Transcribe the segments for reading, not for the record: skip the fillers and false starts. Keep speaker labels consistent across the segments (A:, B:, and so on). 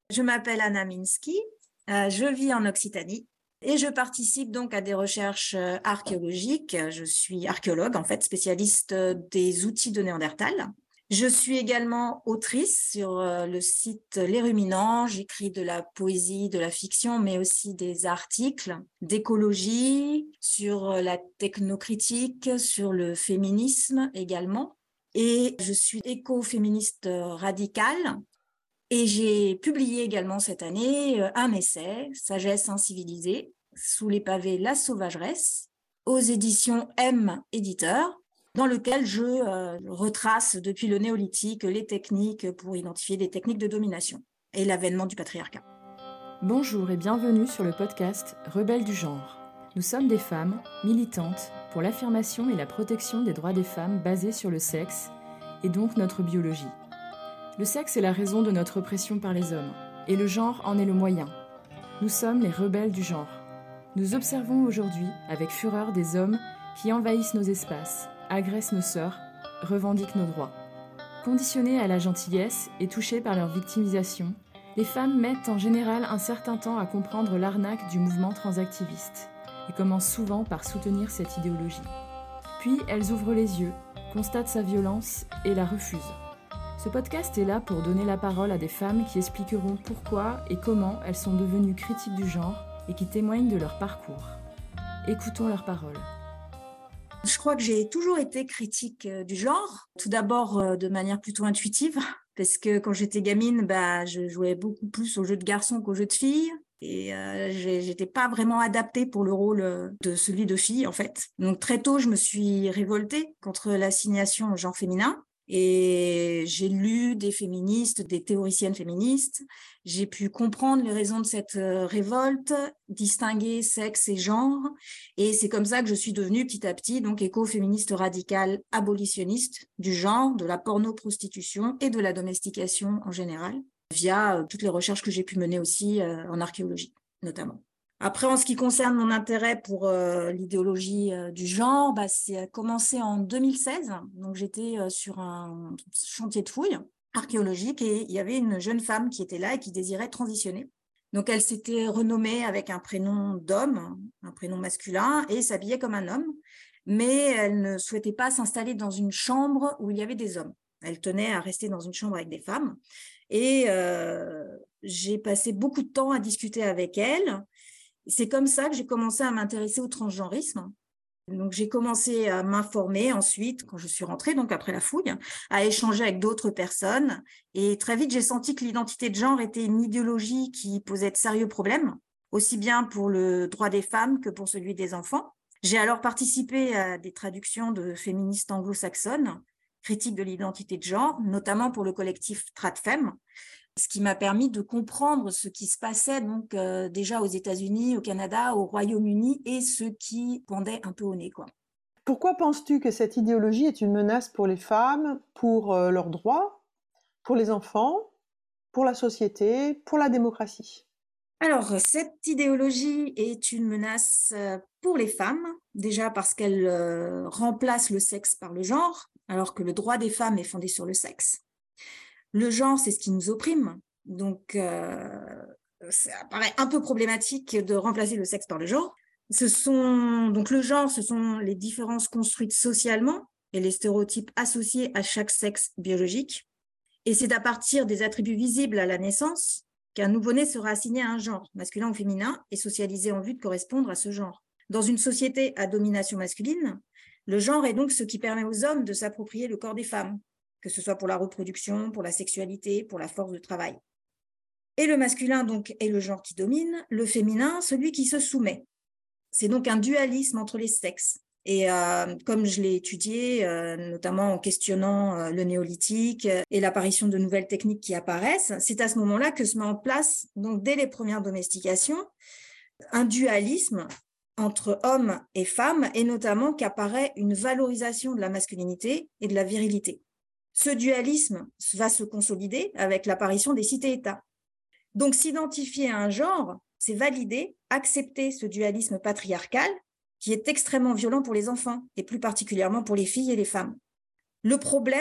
A: Je m'appelle Anna Minsky, je vis en Occitanie et je participe donc à des recherches archéologiques. Je suis archéologue, en fait, spécialiste des outils de Néandertal. Je suis également autrice sur le site Les Ruminants. J'écris de la poésie, de la fiction, mais aussi des articles d'écologie, sur la technocritique, sur le féminisme également. Et je suis écoféministe radicale. Et j'ai publié également cette année un essai, Sagesse incivilisée, sous les pavés La Sauvageresse, aux éditions M Éditeur, dans lequel je retrace depuis le néolithique les techniques pour identifier des techniques de domination et l'avènement du patriarcat.
B: Bonjour et bienvenue sur le podcast Rebelles du genre. Nous sommes des femmes militantes pour l'affirmation et la protection des droits des femmes basés sur le sexe et donc notre biologie. Le sexe est la raison de notre oppression par les hommes, et le genre en est le moyen. Nous sommes les rebelles du genre. Nous observons aujourd'hui avec fureur des hommes qui envahissent nos espaces, agressent nos sœurs, revendiquent nos droits. Conditionnées à la gentillesse et touchées par leur victimisation, les femmes mettent en général un certain temps à comprendre l'arnaque du mouvement transactiviste et commencent souvent par soutenir cette idéologie. Puis elles ouvrent les yeux, constatent sa violence et la refusent. Ce podcast est là pour donner la parole à des femmes qui expliqueront pourquoi et comment elles sont devenues critiques du genre et qui témoignent de leur parcours. Écoutons leurs paroles.
A: Je crois que j'ai toujours été critique du genre, tout d'abord de manière plutôt intuitive, parce que quand j'étais gamine, je jouais beaucoup plus aux jeux de garçons qu'aux jeux de filles. Et j'étais pas vraiment adaptée pour le rôle de celui de fille, en fait. Donc très tôt, je me suis révoltée contre l'assignation au genre féminin. Et j'ai lu des féministes, des théoriciennes féministes. J'ai pu comprendre les raisons de cette révolte, distinguer sexe et genre. Et c'est comme ça que je suis devenue petit à petit donc écoféministe radicale abolitionniste du genre, de la porno-prostitution et de la domestication en général, via toutes les recherches que j'ai pu mener aussi en archéologie notamment. Après, en ce qui concerne mon intérêt pour l'idéologie du genre, c'est a commencé en 2016. Donc, j'étais sur un chantier de fouilles archéologiques et il y avait une jeune femme qui était là et qui désirait transitionner. Donc, elle s'était renommée avec un prénom d'homme, un prénom masculin, et s'habillait comme un homme. Mais elle ne souhaitait pas s'installer dans une chambre où il y avait des hommes. Elle tenait à rester dans une chambre avec des femmes. Et j'ai passé beaucoup de temps à discuter avec elle. C'est comme ça que j'ai commencé à m'intéresser au transgenrisme. Donc, j'ai commencé à m'informer ensuite, quand je suis rentrée, donc après la fouille, à échanger avec d'autres personnes. Et très vite, j'ai senti que l'identité de genre était une idéologie qui posait de sérieux problèmes, aussi bien pour le droit des femmes que pour celui des enfants. J'ai alors participé à des traductions de féministes anglo-saxonnes, critiques de l'identité de genre, notamment pour le collectif Tradfem, ce qui m'a permis de comprendre ce qui se passait donc déjà aux États-Unis, au Canada, au Royaume-Uni et ce qui pendait un peu au nez, quoi.
C: Pourquoi penses-tu que cette idéologie est une menace pour les femmes, pour leurs droits, pour les enfants, pour la société, pour la démocratie ?
A: Alors, cette idéologie est une menace pour les femmes, déjà parce qu'elle remplace le sexe par le genre, alors que le droit des femmes est fondé sur le sexe. Le genre, c'est ce qui nous opprime. Donc, ça paraît un peu problématique de remplacer le sexe par le genre. Donc le genre, ce sont les différences construites socialement et les stéréotypes associés à chaque sexe biologique. Et c'est à partir des attributs visibles à la naissance qu'un nouveau-né sera assigné à un genre, masculin ou féminin, et socialisé en vue de correspondre à ce genre. Dans une société à domination masculine, le genre est donc ce qui permet aux hommes de s'approprier le corps des femmes, que ce soit pour la reproduction, pour la sexualité, pour la force de travail. Et le masculin, donc, est le genre qui domine, le féminin, celui qui se soumet. C'est donc un dualisme entre les sexes. Et comme je l'ai étudié, notamment en questionnant le néolithique et l'apparition de nouvelles techniques qui apparaissent, c'est à ce moment-là que se met en place, donc dès les premières domestications, un dualisme entre hommes et femmes, et notamment qu'apparaît une valorisation de la masculinité et de la virilité. Ce dualisme va se consolider avec l'apparition des cités-États. Donc, s'identifier à un genre, c'est valider, accepter ce dualisme patriarcal qui est extrêmement violent pour les enfants, et plus particulièrement pour les filles et les femmes. Le problème,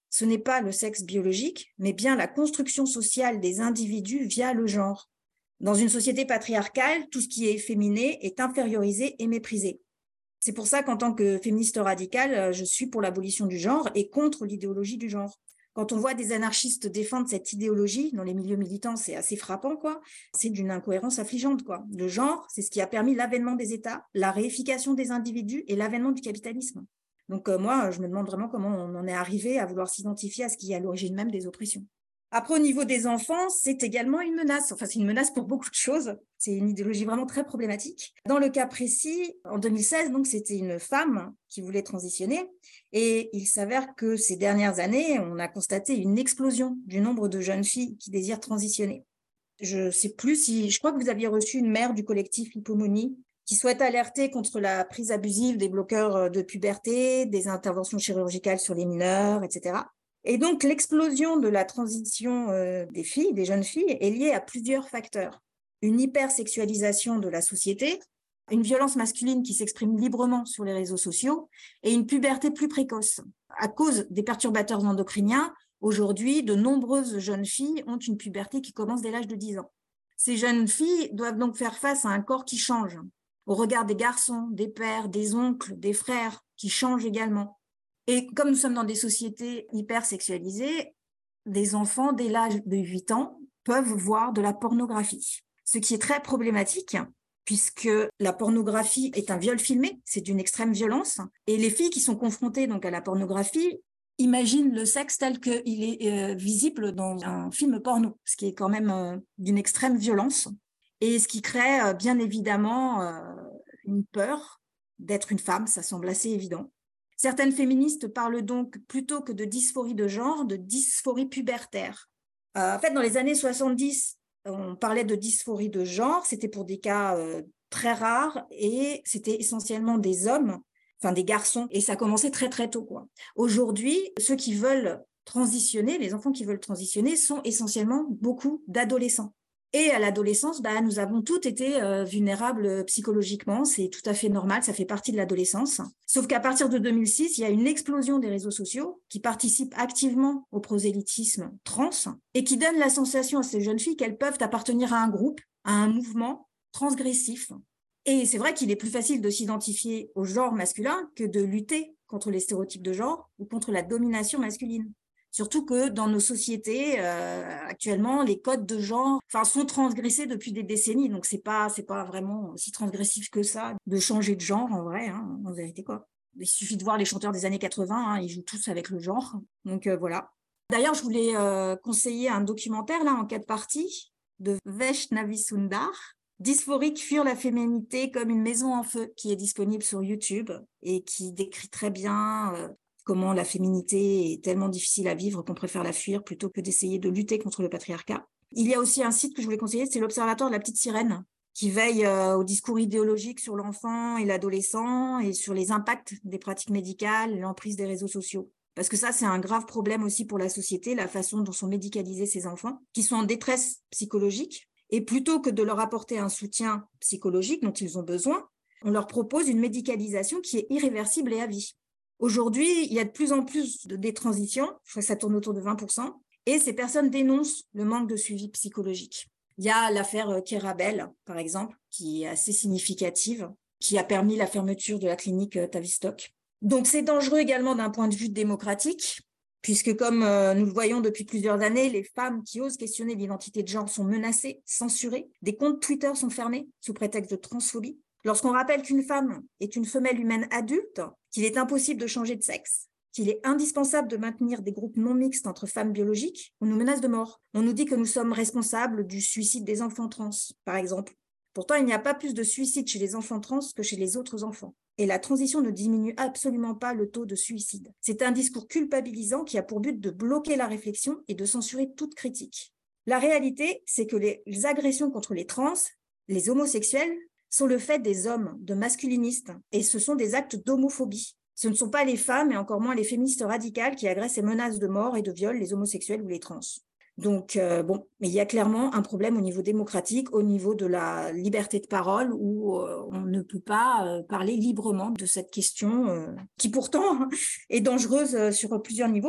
A: ce n'est pas le sexe biologique, mais bien la construction sociale des individus via le genre. Dans une société patriarcale, tout ce qui est efféminé est infériorisé et méprisé. C'est pour ça qu'en tant que féministe radicale, je suis pour l'abolition du genre et contre l'idéologie du genre. Quand on voit des anarchistes défendre cette idéologie dans les milieux militants, c'est assez frappant, quoi. C'est d'une incohérence affligeante, quoi. Le genre, c'est ce qui a permis l'avènement des États, la réification des individus et l'avènement du capitalisme. Donc moi, je me demande vraiment comment on en est arrivé à vouloir s'identifier à ce qui est à l'origine même des oppressions. Après, au niveau des enfants, c'est également une menace. Enfin, c'est une menace pour beaucoup de choses. C'est une idéologie vraiment très problématique. Dans le cas précis, en 2016, donc, c'était une femme qui voulait transitionner. Et il s'avère que ces dernières années, on a constaté une explosion du nombre de jeunes filles qui désirent transitionner. Je sais plus si, je crois que vous aviez reçu une mère du collectif Hypomonie qui souhaite alerter contre la prise abusive des bloqueurs de puberté, des interventions chirurgicales sur les mineurs, etc. Et donc, l'explosion de la transition des filles, des jeunes filles, est liée à plusieurs facteurs. Une hypersexualisation de la société, une violence masculine qui s'exprime librement sur les réseaux sociaux et une puberté plus précoce. À cause des perturbateurs endocriniens, aujourd'hui, de nombreuses jeunes filles ont une puberté qui commence dès l'âge de 10 ans. Ces jeunes filles doivent donc faire face à un corps qui change, au regard des garçons, des pères, des oncles, des frères, qui changent également. Et comme nous sommes dans des sociétés hyper sexualisées, des enfants dès l'âge de 8 ans peuvent voir de la pornographie, ce qui est très problématique puisque la pornographie est un viol filmé, c'est d'une extrême violence. Et les filles qui sont confrontées donc à la pornographie imaginent le sexe tel qu'il est visible dans un film porno, ce qui est quand même d'une extrême violence et ce qui crée bien évidemment une peur d'être une femme, ça semble assez évident. Certaines féministes parlent donc, plutôt que de dysphorie de genre, de dysphorie pubertaire. En fait, dans les années 70, on parlait de dysphorie de genre, c'était pour des cas très rares et c'était essentiellement des hommes, enfin des garçons, et ça commençait très très tôt, quoi. Aujourd'hui, ceux qui veulent transitionner, les enfants qui veulent transitionner sont essentiellement beaucoup d'adolescents. Et à l'adolescence, nous avons toutes été vulnérables psychologiquement, c'est tout à fait normal, ça fait partie de l'adolescence. Sauf qu'à partir de 2006, il y a une explosion des réseaux sociaux qui participent activement au prosélytisme trans et qui donnent la sensation à ces jeunes filles qu'elles peuvent appartenir à un groupe, à un mouvement transgressif. Et c'est vrai qu'il est plus facile de s'identifier au genre masculin que de lutter contre les stéréotypes de genre ou contre la domination masculine. Surtout que dans nos sociétés, actuellement, les codes de genre sont transgressés depuis des décennies. Donc, c'est pas vraiment si transgressif que ça de changer de genre, en vrai, en vérité, quoi. Il suffit de voir les chanteurs des années 80, ils jouent tous avec le genre. Donc, voilà. D'ailleurs, je voulais conseiller un documentaire, là, en 4 parties, de Vaishnavi Sundar, Dysphorique fuir la féminité comme une maison en feu, qui est disponible sur YouTube et qui décrit très bien comment la féminité est tellement difficile à vivre qu'on préfère la fuir plutôt que d'essayer de lutter contre le patriarcat. Il y a aussi un site que je voulais conseiller, c'est l'Observatoire de la petite sirène, qui veille au discours idéologique sur l'enfant et l'adolescent et sur les impacts des pratiques médicales et l'emprise des réseaux sociaux. Parce que ça, c'est un grave problème aussi pour la société, la façon dont sont médicalisés ces enfants, qui sont en détresse psychologique. Et plutôt que de leur apporter un soutien psychologique dont ils ont besoin, on leur propose une médicalisation qui est irréversible et à vie. Aujourd'hui, il y a de plus en plus de détransitions, je crois que ça tourne autour de 20%, et ces personnes dénoncent le manque de suivi psychologique. Il y a l'affaire Kerabel, par exemple, qui est assez significative, qui a permis la fermeture de la clinique Tavistock. Donc c'est dangereux également d'un point de vue démocratique, puisque comme nous le voyons depuis plusieurs années, les femmes qui osent questionner l'identité de genre sont menacées, censurées, des comptes Twitter sont fermés sous prétexte de transphobie. Lorsqu'on rappelle qu'une femme est une femelle humaine adulte, qu'il est impossible de changer de sexe, qu'il est indispensable de maintenir des groupes non mixtes entre femmes biologiques, on nous menace de mort. On nous dit que nous sommes responsables du suicide des enfants trans, par exemple. Pourtant, il n'y a pas plus de suicide chez les enfants trans que chez les autres enfants. Et la transition ne diminue absolument pas le taux de suicide. C'est un discours culpabilisant qui a pour but de bloquer la réflexion et de censurer toute critique. La réalité, c'est que les agressions contre les trans, les homosexuels, sont le fait des hommes, de masculinistes, et ce sont des actes d'homophobie. Ce ne sont pas les femmes, et encore moins les féministes radicales, qui agressent et menacent de mort et de viol les homosexuels ou les trans. Donc, mais il y a clairement un problème au niveau démocratique, au niveau de la liberté de parole, où on ne peut pas parler librement de cette question qui pourtant est dangereuse sur plusieurs niveaux.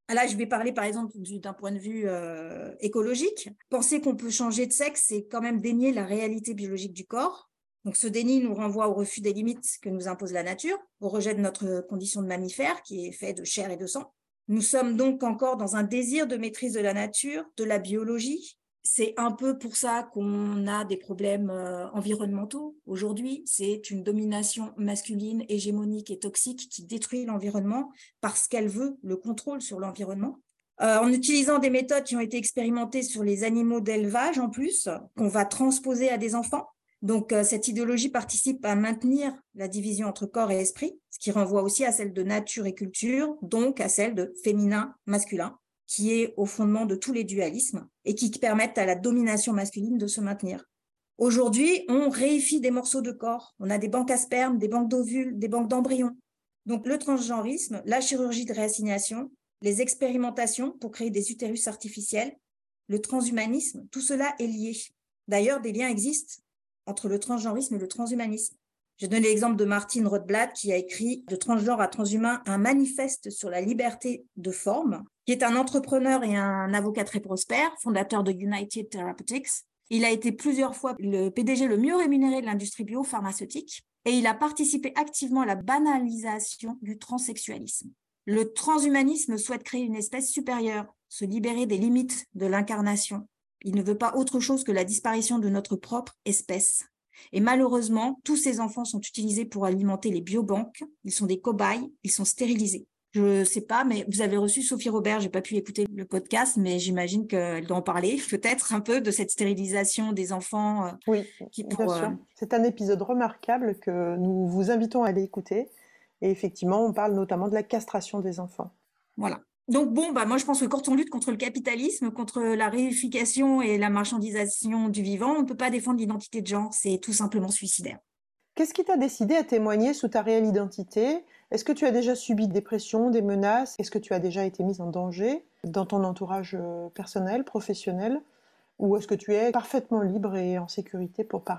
A: Là, je vais parler par exemple d'un point de vue écologique. Penser qu'on peut changer de sexe, c'est quand même dénier la réalité biologique du corps. Donc ce déni nous renvoie au refus des limites que nous impose la nature, au rejet de notre condition de mammifère qui est fait de chair et de sang. Nous sommes donc encore dans un désir de maîtrise de la nature, de la biologie. C'est un peu pour ça qu'on a des problèmes environnementaux aujourd'hui. C'est une domination masculine, hégémonique et toxique qui détruit l'environnement parce qu'elle veut le contrôle sur l'environnement. En utilisant des méthodes qui ont été expérimentées sur les animaux d'élevage en plus, qu'on va transposer à des enfants. Donc, cette idéologie participe à maintenir la division entre corps et esprit, ce qui renvoie aussi à celle de nature et culture, donc à celle de féminin-masculin, qui est au fondement de tous les dualismes et qui permettent à la domination masculine de se maintenir. Aujourd'hui, on réifie des morceaux de corps. On a des banques à sperme, des banques d'ovules, des banques d'embryons. Donc, le transgenrisme, la chirurgie de réassignation, les expérimentations pour créer des utérus artificiels, le transhumanisme, tout cela est lié. D'ailleurs, des liens existent entre le transgenrisme et le transhumanisme. Je donne l'exemple de Martine Rothblatt qui a écrit de transgenre à transhumain un manifeste sur la liberté de forme, qui est un entrepreneur et un avocat très prospère, fondateur de United Therapeutics. Il a été plusieurs fois le PDG le mieux rémunéré de l'industrie biopharmaceutique et il a participé activement à la banalisation du transsexualisme. Le transhumanisme souhaite créer une espèce supérieure, se libérer des limites de l'incarnation. Il ne veut pas autre chose que la disparition de notre propre espèce. Et malheureusement, tous ces enfants sont utilisés pour alimenter les biobanques. Ils sont des cobayes, ils sont stérilisés. Je ne sais pas, mais vous avez reçu Sophie Robert, j'ai pas pu écouter le podcast, mais j'imagine qu'elle doit en parler peut-être un peu de cette stérilisation des enfants.
C: Oui, bien sûr. C'est un épisode remarquable que nous vous invitons à aller écouter. Et effectivement, on parle notamment de la castration des enfants.
A: Voilà. Donc bon, moi je pense que quand on lutte contre le capitalisme, contre la réification et la marchandisation du vivant, on ne peut pas défendre l'identité de genre, c'est tout simplement suicidaire.
C: Qu'est-ce qui t'a décidé à témoigner sous ta réelle identité ? Est-ce que tu as déjà subi des pressions, des menaces ? Est-ce que tu as déjà été mise en danger dans ton entourage personnel, professionnel ? Ou est-ce que tu es parfaitement libre et en sécurité pour parler ?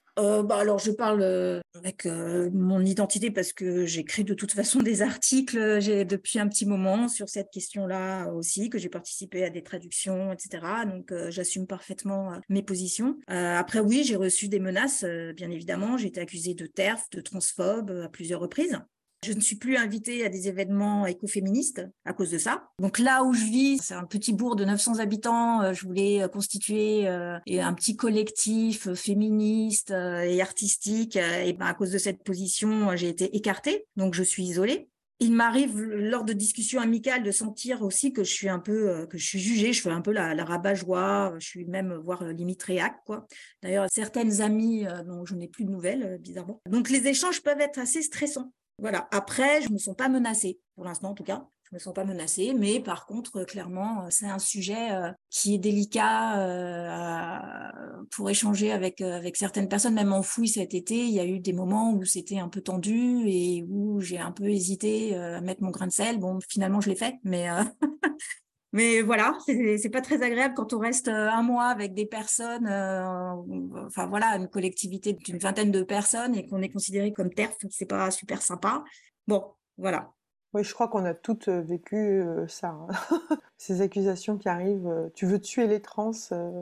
A: Alors je parle avec mon identité parce que j'écris de toute façon des articles depuis un petit moment sur cette question-là aussi, que j'ai participé à des traductions, etc. Donc j'assume parfaitement mes positions. Après oui, j'ai reçu des menaces, bien évidemment. J'ai été accusée de TERF, de transphobe à plusieurs reprises. Je ne suis plus invitée à des événements écoféministes à cause de ça. Donc là où je vis, c'est un petit bourg de 900 habitants. Je voulais constituer un petit collectif féministe et artistique. Et à cause de cette position, j'ai été écartée. Donc je suis isolée. Il m'arrive lors de discussions amicales de sentir aussi que je suis que je suis jugée. Je fais un peu la rabat-joie. Je suis même voire limite réac, quoi. D'ailleurs, certaines amies dont je n'ai plus de nouvelles, bizarrement. Donc les échanges peuvent être assez stressants. Voilà. Après, je ne me sens pas menacée, pour l'instant en tout cas. Je ne me sens pas menacée, mais par contre, clairement, c'est un sujet qui est délicat pour échanger avec certaines personnes. Même en fouille cet été, il y a eu des moments où c'était un peu tendu et où j'ai un peu hésité à mettre mon grain de sel. Bon, finalement, je l'ai fait, mais... Mais voilà, c'est pas très agréable quand on reste un mois avec des personnes, enfin voilà, une collectivité d'une vingtaine de personnes et qu'on est considéré comme TERF, c'est pas super sympa. Bon, voilà.
C: Oui, je crois qu'on a toutes vécu ça. Hein. Ces accusations qui arrivent, tu veux tuer les trans.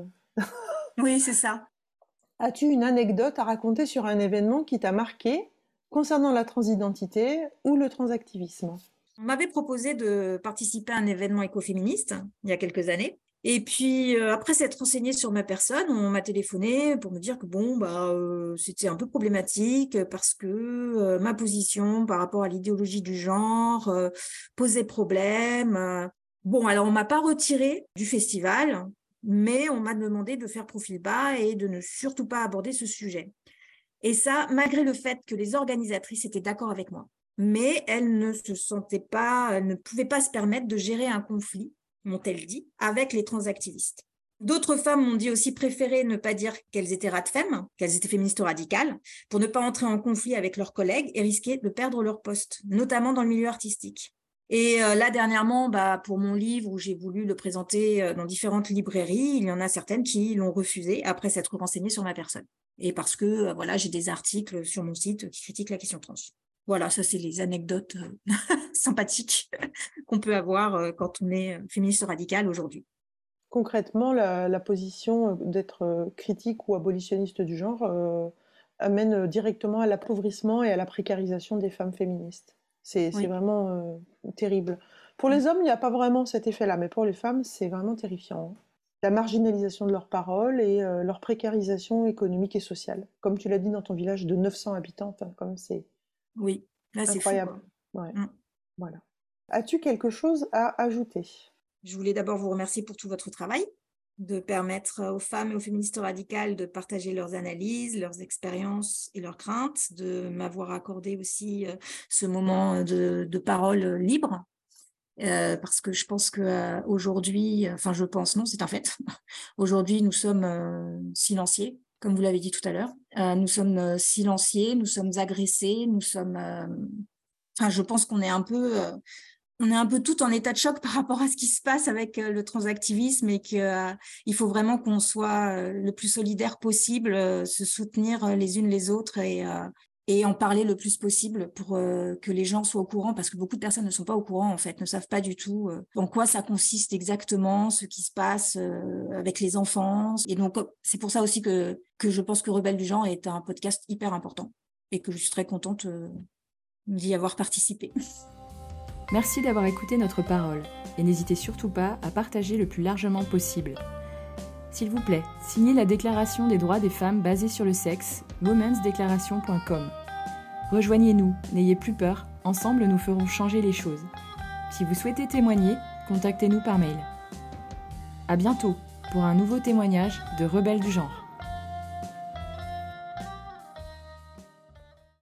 A: Oui, c'est ça.
C: As-tu une anecdote à raconter sur un événement qui t'a marqué concernant la transidentité ou le transactivisme ?
A: On m'avait proposé de participer à un événement écoféministe il y a quelques années. Et puis, après s'être renseignée sur ma personne, on m'a téléphoné pour me dire que c'était un peu problématique parce que ma position par rapport à l'idéologie du genre posait problème. Bon, alors on m'a pas retirée du festival, mais on m'a demandé de faire profil bas et de ne surtout pas aborder ce sujet. Et ça, malgré le fait que les organisatrices étaient d'accord avec moi. Mais elles ne pouvaient pas se permettre de gérer un conflit, m'ont-elles dit, avec les transactivistes. D'autres femmes m'ont dit aussi préférer ne pas dire qu'elles étaient radfem, qu'elles étaient féministes radicales, pour ne pas entrer en conflit avec leurs collègues et risquer de perdre leur poste, notamment dans le milieu artistique. Et là, dernièrement, pour mon livre, où j'ai voulu le présenter dans différentes librairies, il y en a certaines qui l'ont refusé après s'être renseignées sur ma personne. Et parce que, j'ai des articles sur mon site qui critiquent la question trans. Voilà, ça c'est les anecdotes sympathiques qu'on peut avoir quand on est féministe radicale aujourd'hui.
C: Concrètement, la position d'être critique ou abolitionniste du genre amène directement à l'appauvrissement et à la précarisation des femmes féministes. C'est
A: Oui.
C: vraiment terrible. Pour les hommes, il n'y a pas vraiment cet effet-là, mais pour les femmes, c'est vraiment terrifiant. La marginalisation de leurs paroles et leur précarisation économique et sociale. Comme tu l'as dit dans ton village de 900 habitants, enfin, comme c'est
A: Oui, là c'est fou,
C: incroyable.
A: quoi.
C: Ouais, voilà. As-tu quelque chose à ajouter ?
A: Je voulais d'abord vous remercier pour tout votre travail, de permettre aux femmes et aux féministes radicales de partager leurs analyses, leurs expériences et leurs craintes, de m'avoir accordé aussi ce moment de parole libre. Parce que je pense qu'aujourd'hui, enfin je pense, non, c'est un fait, aujourd'hui nous sommes silenciés, comme vous l'avez dit tout à l'heure. Nous sommes silenciés, nous sommes agressés, nous sommes... Enfin, je pense qu'on est un peu... on est un peu tout en état de choc par rapport à ce qui se passe avec le transactivisme et qu'il faut vraiment qu'on soit le plus solidaire possible, se soutenir les unes les autres et en parler le plus possible pour que les gens soient au courant, parce que beaucoup de personnes ne sont pas au courant, en fait, ne savent pas du tout en quoi ça consiste exactement, ce qui se passe avec les enfants. Et donc, c'est pour ça aussi que je pense que Rebelles du genre est un podcast hyper important et que je suis très contente d'y avoir participé.
B: Merci d'avoir écouté notre parole et n'hésitez surtout pas à partager le plus largement possible. S'il vous plaît, signez la Déclaration des droits des femmes basée sur le sexe, womensdeclaration.com. Rejoignez-nous, n'ayez plus peur, ensemble nous ferons changer les choses. Si vous souhaitez témoigner, contactez-nous par mail. À bientôt pour un nouveau témoignage de Rebelles du genre.